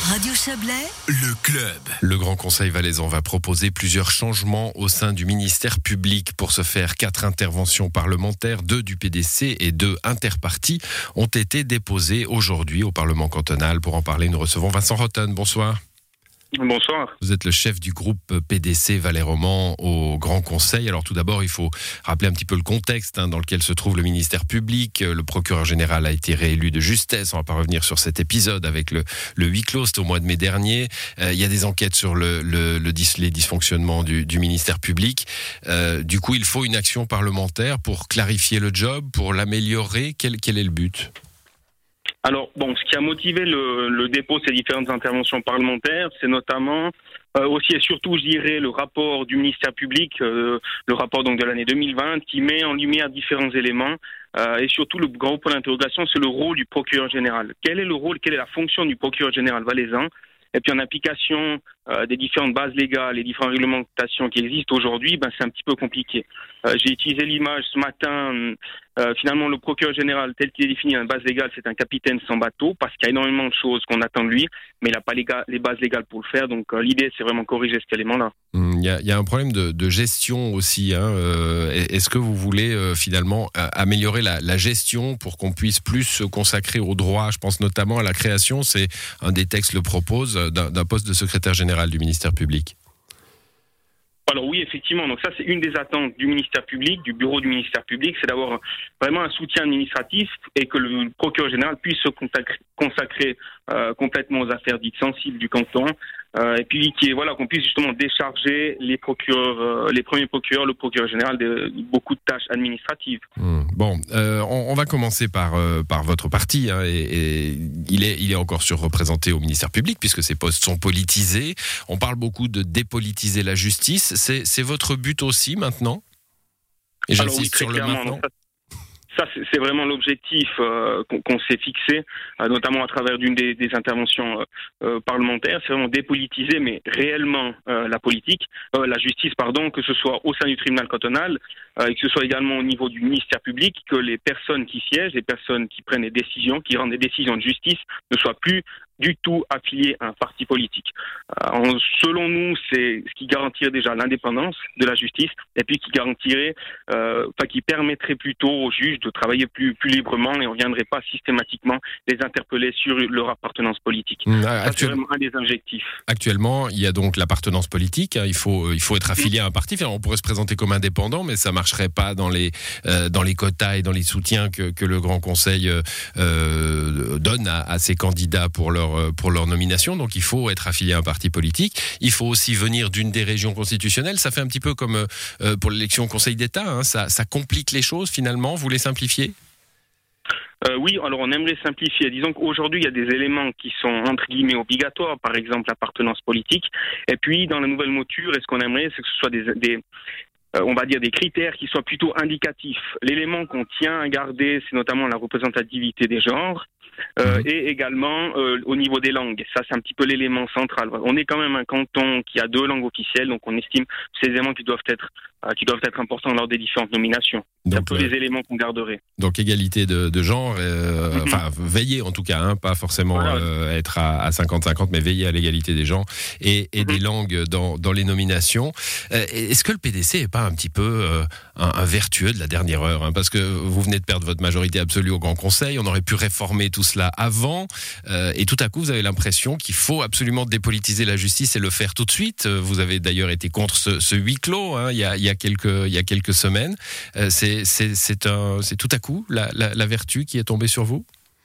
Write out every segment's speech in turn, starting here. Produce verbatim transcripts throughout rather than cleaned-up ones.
Radio Chablais, le club. Le Grand Conseil valaisan va proposer plusieurs changements au sein du ministère public. Pour ce faire, quatre interventions parlementaires, deux du P D C et deux interpartis, ont été déposées aujourd'hui au Parlement cantonal. Pour en parler, nous recevons Vincent Rotten. Bonsoir. Bonsoir. Vous êtes le chef du groupe P D C Valais-Romand au Grand Conseil. Alors tout d'abord, il faut rappeler un petit peu le contexte hein, dans lequel se trouve le ministère public. Le procureur général a été réélu de justesse. On ne va pas revenir sur cet épisode avec le, le huis clos, c'était au mois de mai dernier. Euh, il y a des enquêtes sur le, le, le dis, les dysfonctionnements du, du ministère public. Euh, du coup, il faut une action parlementaire pour clarifier le job, pour l'améliorer. Quel, quel est le but ? Alors, bon, ce qui a motivé le, le dépôt de ces différentes interventions parlementaires, c'est notamment euh, aussi et surtout, je dirais, le rapport du ministère public, euh, le rapport donc de l'année deux mille vingt, qui met en lumière différents éléments. Euh, et surtout, le grand point d'interrogation, c'est le rôle du procureur général. Quel est le rôle, quelle est la fonction du procureur général valaisan ? Et puis en application euh, des différentes bases légales et différentes réglementations qui existent aujourd'hui, ben, c'est un petit peu compliqué. Euh, j'ai utilisé l'image ce matin. Euh, finalement, le procureur général, tel qu'il est défini dans la base légale, c'est un capitaine sans bateau, parce qu'il y a énormément de choses qu'on attend de lui, mais il n'a pas les, ga- les bases légales pour le faire. Donc euh, l'idée, c'est vraiment corriger cet élément-là. Il y a, y a un problème de, de gestion aussi. Hein. Euh, est-ce que vous voulez euh, finalement améliorer la, la gestion pour qu'on puisse plus se consacrer au droit ? Je pense notamment à la création, c'est un des textes le propose, d'un, d'un poste de secrétaire général du ministère public. Alors oui, effectivement. Donc ça, c'est une des attentes du ministère public, du bureau du ministère public, c'est d'avoir vraiment un soutien administratif et que le procureur général puisse se consacrer euh, complètement aux affaires dites sensibles du canton. Euh, et puis qui est, voilà, qu'on puisse justement décharger les procureurs, euh, les premiers procureurs, le procureur général de beaucoup de tâches administratives. Mmh. Bon, euh, on, on va commencer par euh, par votre parti, hein, et, et il est il est encore surreprésenté au ministère public puisque ces postes sont politisés. On parle beaucoup de dépolitiser la justice. C'est c'est votre but aussi maintenant ? Et j'insiste sur le maintenant. Ça, c'est, c'est vraiment l'objectif euh, qu'on, qu'on s'est fixé, euh, notamment à travers d'une des, des interventions euh, parlementaires. C'est vraiment dépolitiser, mais réellement euh, la politique, euh, la justice, pardon, que ce soit au sein du tribunal cantonal, euh, et que ce soit également au niveau du ministère public, que les personnes qui siègent, les personnes qui prennent des décisions, qui rendent des décisions de justice, ne soient plus du tout affiliés à un parti politique. Euh, selon nous, c'est ce qui garantirait déjà l'indépendance de la justice et puis qui garantirait, euh, enfin qui permettrait plutôt aux juges de travailler plus plus librement et on ne viendrait pas systématiquement les interpeller sur leur appartenance politique. Mmh, Ça, actuel... c'est vraiment un des objectifs. Actuellement, il y a donc l'appartenance politique. Hein, il faut il faut être affilié à un parti. Enfin, on pourrait se présenter comme indépendant, mais ça marcherait pas dans les euh, dans les quotas et dans les soutiens que que le Grand Conseil euh, donne à, à ses candidats pour leur pour leur nomination, donc il faut être affilié à un parti politique. Il faut aussi venir d'une des régions constitutionnelles. Ça fait un petit peu comme euh, pour l'élection au Conseil d'État, hein. ça, ça complique les choses finalement. Vous les simplifiez ? Euh, oui, alors on aimerait simplifier. Disons qu'aujourd'hui, il y a des éléments qui sont entre guillemets obligatoires, par exemple l'appartenance politique. Et puis, dans la nouvelle mouture, et ce qu'on aimerait, c'est que ce soit des... des Euh, on va dire des critères qui soient plutôt indicatifs. L'élément qu'on tient à garder, c'est notamment la représentativité des genres euh, mmh. et également euh, au niveau des langues. Ça, c'est un petit peu l'élément central. On est quand même un canton qui a deux langues officielles, donc on estime ces éléments qui doivent être euh, qui doivent être importants lors des différentes nominations. Donc, c'est un peu euh, les éléments qu'on garderait. Donc égalité de, de genre, euh, mmh. enfin veiller en tout cas, hein, pas forcément voilà. euh, être à, à cinquante cinquante, mais veiller à l'égalité des genres et, et mmh. des langues dans, dans les nominations. Euh, est-ce que le P D C est pas un petit peu euh, un, un vertueux de la dernière heure, hein, parce que vous venez de perdre votre majorité absolue au Grand Conseil, on aurait pu réformer tout cela avant, euh, et tout à coup vous avez l'impression qu'il faut absolument dépolitiser la justice et le faire tout de suite. Vous avez d'ailleurs été contre ce, ce huis clos hein, il, y a, il, y a quelques, il y a quelques semaines. Euh, c'est, c'est, c'est, un, c'est tout à coup la, la, la vertu qui est tombée sur vous ?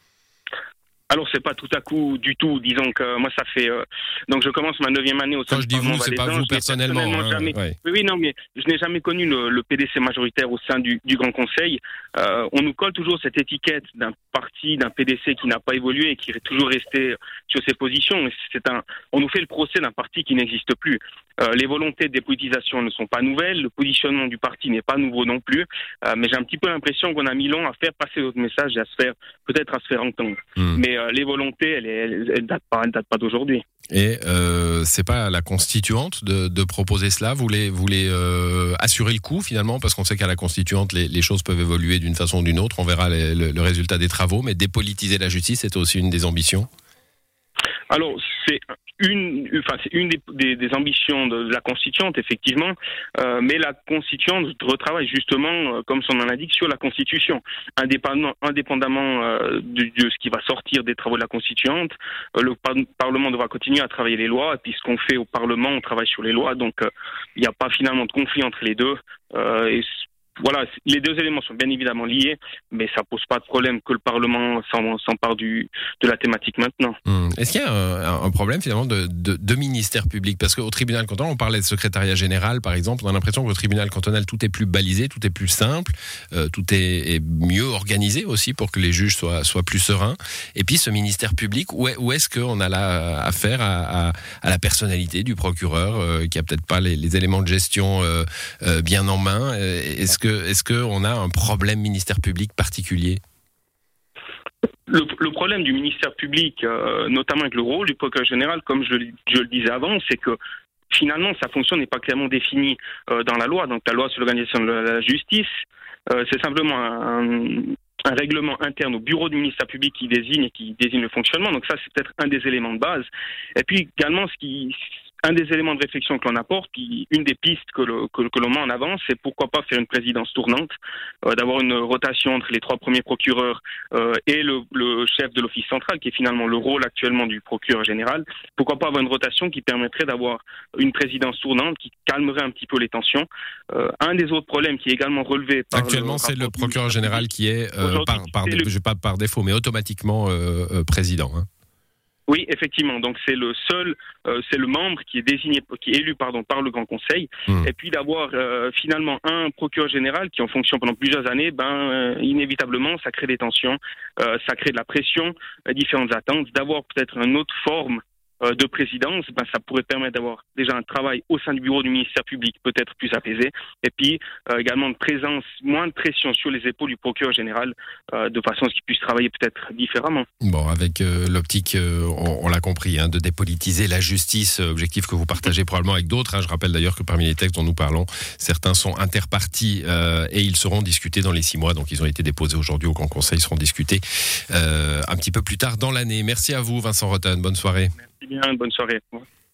Alors c'est pas tout à coup du tout. Disons que moi ça fait euh, donc je commence ma neuvième année au sein du Parlement valaisan. Quand je dis vous, c'est pas vous personnellement. personnellement hein, jamais, ouais. Oui, oui, non, mais je n'ai jamais connu le, le P D C majoritaire au sein du, du Grand Conseil. Euh, on nous colle toujours cette étiquette d'un parti, d'un P D C qui n'a pas évolué et qui est toujours resté sur ses positions. C'est un, on nous fait le procès d'un parti qui n'existe plus. Euh, les volontés de dépolitisation ne sont pas nouvelles, le positionnement du parti n'est pas nouveau non plus. Euh, mais j'ai un petit peu l'impression qu'on a mis long à faire passer notre message et à se faire peut-être à se faire entendre. Mmh. Mais euh, les volontés, elles, elles, elles datent pas, elles datent pas d'aujourd'hui. Et euh, c'est pas à la constituante de, de proposer cela. Vous voulez, vous voulez euh, assurer le coup finalement, parce qu'on sait qu'à la constituante les, les choses peuvent évoluer d'une façon ou d'une autre. On verra les, le, le résultat des travaux, mais dépolitiser la justice, c'est aussi une des ambitions. Alors, c'est une, enfin, c'est une des, des, des ambitions de la constituante, effectivement, euh, mais la constituante retravaille justement, euh, comme son nom l'indique, sur la Constitution. Indépendamment, indépendamment euh, de, de ce qui va sortir des travaux de la constituante, euh, le par- Parlement devra continuer à travailler les lois, et puis ce qu'on fait au Parlement, on travaille sur les lois, donc il euh, n'y a pas finalement de conflit entre les deux. Euh, et Voilà, les deux éléments sont bien évidemment liés, mais ça pose pas de problème que le Parlement s'empare du, de la thématique maintenant. Hum. Est-ce qu'il y a un, un problème finalement de, de, de ministère public ? Parce qu'au tribunal cantonal, on parlait de secrétariat général, par exemple. On a l'impression qu'au tribunal cantonal, tout est plus balisé, tout est plus simple, euh, tout est, est mieux organisé aussi pour que les juges soient, soient plus sereins. Et puis ce ministère public, où, est, où est-ce qu'on a là affaire à, à, à la personnalité du procureur, euh, qui a peut-être pas les, les éléments de gestion euh, euh, bien en main ? Est-ce que Est-ce qu'on a un problème ministère public particulier ? Le, le problème du ministère public, euh, notamment avec le rôle du procureur général, comme je, je le disais avant, c'est que finalement sa fonction n'est pas clairement définie euh, dans la loi. Donc la loi sur l'organisation de la justice, euh, c'est simplement un, un règlement interne au bureau du ministère public qui désigne et qui désigne le fonctionnement. Donc ça, c'est peut-être un des éléments de base. Et puis également, ce qui... Un des éléments de réflexion que l'on apporte, puis une des pistes que, le, que, que l'on met en avant, c'est pourquoi pas faire une présidence tournante, euh, d'avoir une rotation entre les trois premiers procureurs euh, et le, le chef de l'office central, qui est finalement le rôle actuellement du procureur général. Pourquoi pas avoir une rotation qui permettrait d'avoir une présidence tournante qui calmerait un petit peu les tensions. Euh, un des autres problèmes qui est également relevé par actuellement, le c'est le procureur général qui est, euh, par, par, le... je, pas par défaut, mais automatiquement euh, euh, président. Hein. Oui, effectivement. Donc c'est le seul, euh, c'est le membre qui est désigné, qui est élu, pardon, par le Grand Conseil. Mmh. Et puis d'avoir euh, finalement un procureur général qui est en fonction pendant plusieurs années, ben euh, inévitablement ça crée des tensions, euh, ça crée de la pression, euh, différentes attentes. D'avoir peut-être une autre forme euh, de présidence, ben ça pourrait permettre d'avoir déjà un travail au sein du bureau du ministère public peut-être plus apaisé. Et puis euh, également une présence, moins de pression sur les épaules du procureur général, euh, de façon à ce qu'il puisse travailler peut-être différemment. Bon, avec euh, l'optique, euh, on, on l'a compris, hein, de dépolitiser la justice, objectif que vous partagez probablement avec d'autres. Hein. Je rappelle d'ailleurs que parmi les textes dont nous parlons, certains sont interpartis euh, et ils seront discutés dans les six mois. Donc ils ont été déposés aujourd'hui au Grand Conseil, ils seront discutés euh, un petit peu plus tard dans l'année. Merci à vous, Vincent Rotten. Bonne soirée. Merci bien, bonne soirée.